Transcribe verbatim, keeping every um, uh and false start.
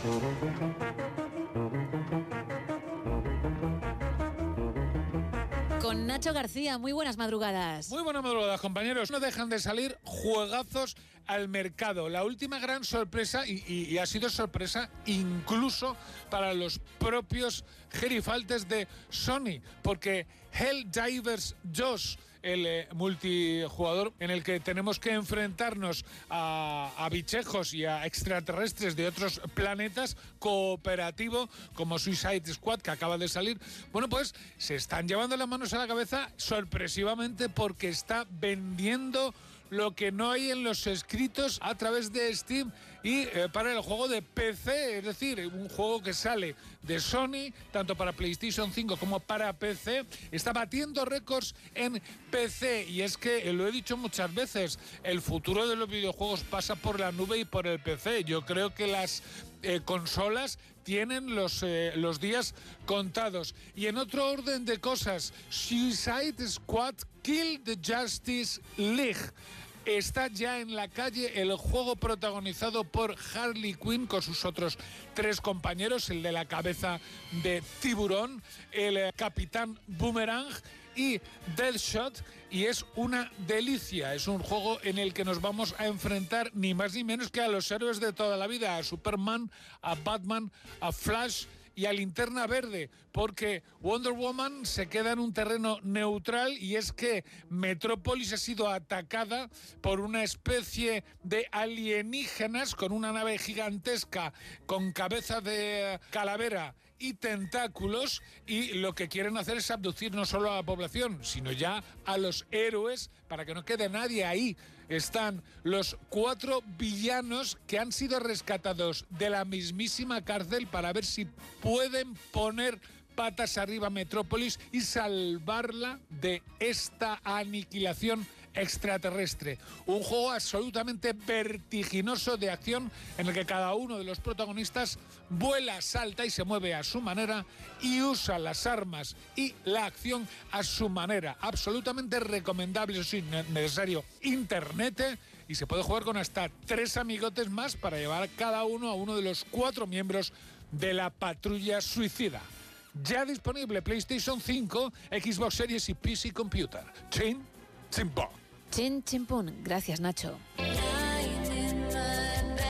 Con Nacho García, muy buenas madrugadas. Muy buenas madrugadas, compañeros. No dejan de salir juegazos al mercado. La última gran sorpresa, y, y, y ha sido sorpresa incluso para los propios gerifaltes de Sony, porque Helldivers dos, el eh, multijugador en el que tenemos que enfrentarnos a, a bichejos y a extraterrestres de otros planetas, cooperativo como Suicide Squad, que acaba de salir, bueno, pues se están llevando las manos a la cabeza sorpresivamente porque está vendiendo lo que no hay en los escritos a través de Steam y eh, para el juego de P C, es decir, un juego que sale de Sony, tanto para PlayStation cinco como para P C, está batiendo récords en P C. Y es que, eh, lo he dicho muchas veces, el futuro de los videojuegos pasa por la nube y por el P C. Yo creo que las eh, consolas tienen los, eh, los días contados. Y en otro orden de cosas, Suicide Squad Kill the Justice League. Está ya en la calle el juego protagonizado por Harley Quinn con sus otros tres compañeros, el de la cabeza de tiburón, el eh, Capitán Boomerang y Deadshot, y es una delicia. Es un juego en el que nos vamos a enfrentar ni más ni menos que a los héroes de toda la vida, a Superman, a Batman, a Flash y a Linterna Verde, porque Wonder Woman se queda en un terreno neutral, y es que Metrópolis ha sido atacada por una especie de alienígenas con una nave gigantesca con cabeza de calavera y tentáculos, y lo que quieren hacer es abducir no solo a la población, sino ya a los héroes para que no quede nadie ahí. Están los cuatro villanos que han sido rescatados de la mismísima cárcel para ver si pueden poner patas arriba a Metrópolis y salvarla de esta aniquilación extraterrestre. Un juego absolutamente vertiginoso de acción en el que cada uno de los protagonistas vuela, salta y se mueve a su manera y usa las armas y la acción a su manera. Absolutamente recomendable, eso sí, necesario internet, y se puede jugar con hasta tres amigotes más para llevar cada uno a uno de los cuatro miembros de la patrulla suicida. Ya disponible PlayStation cinco, Xbox Series y P C Computer. Chin, chimpón. Chin chimpún. Gracias, Nacho.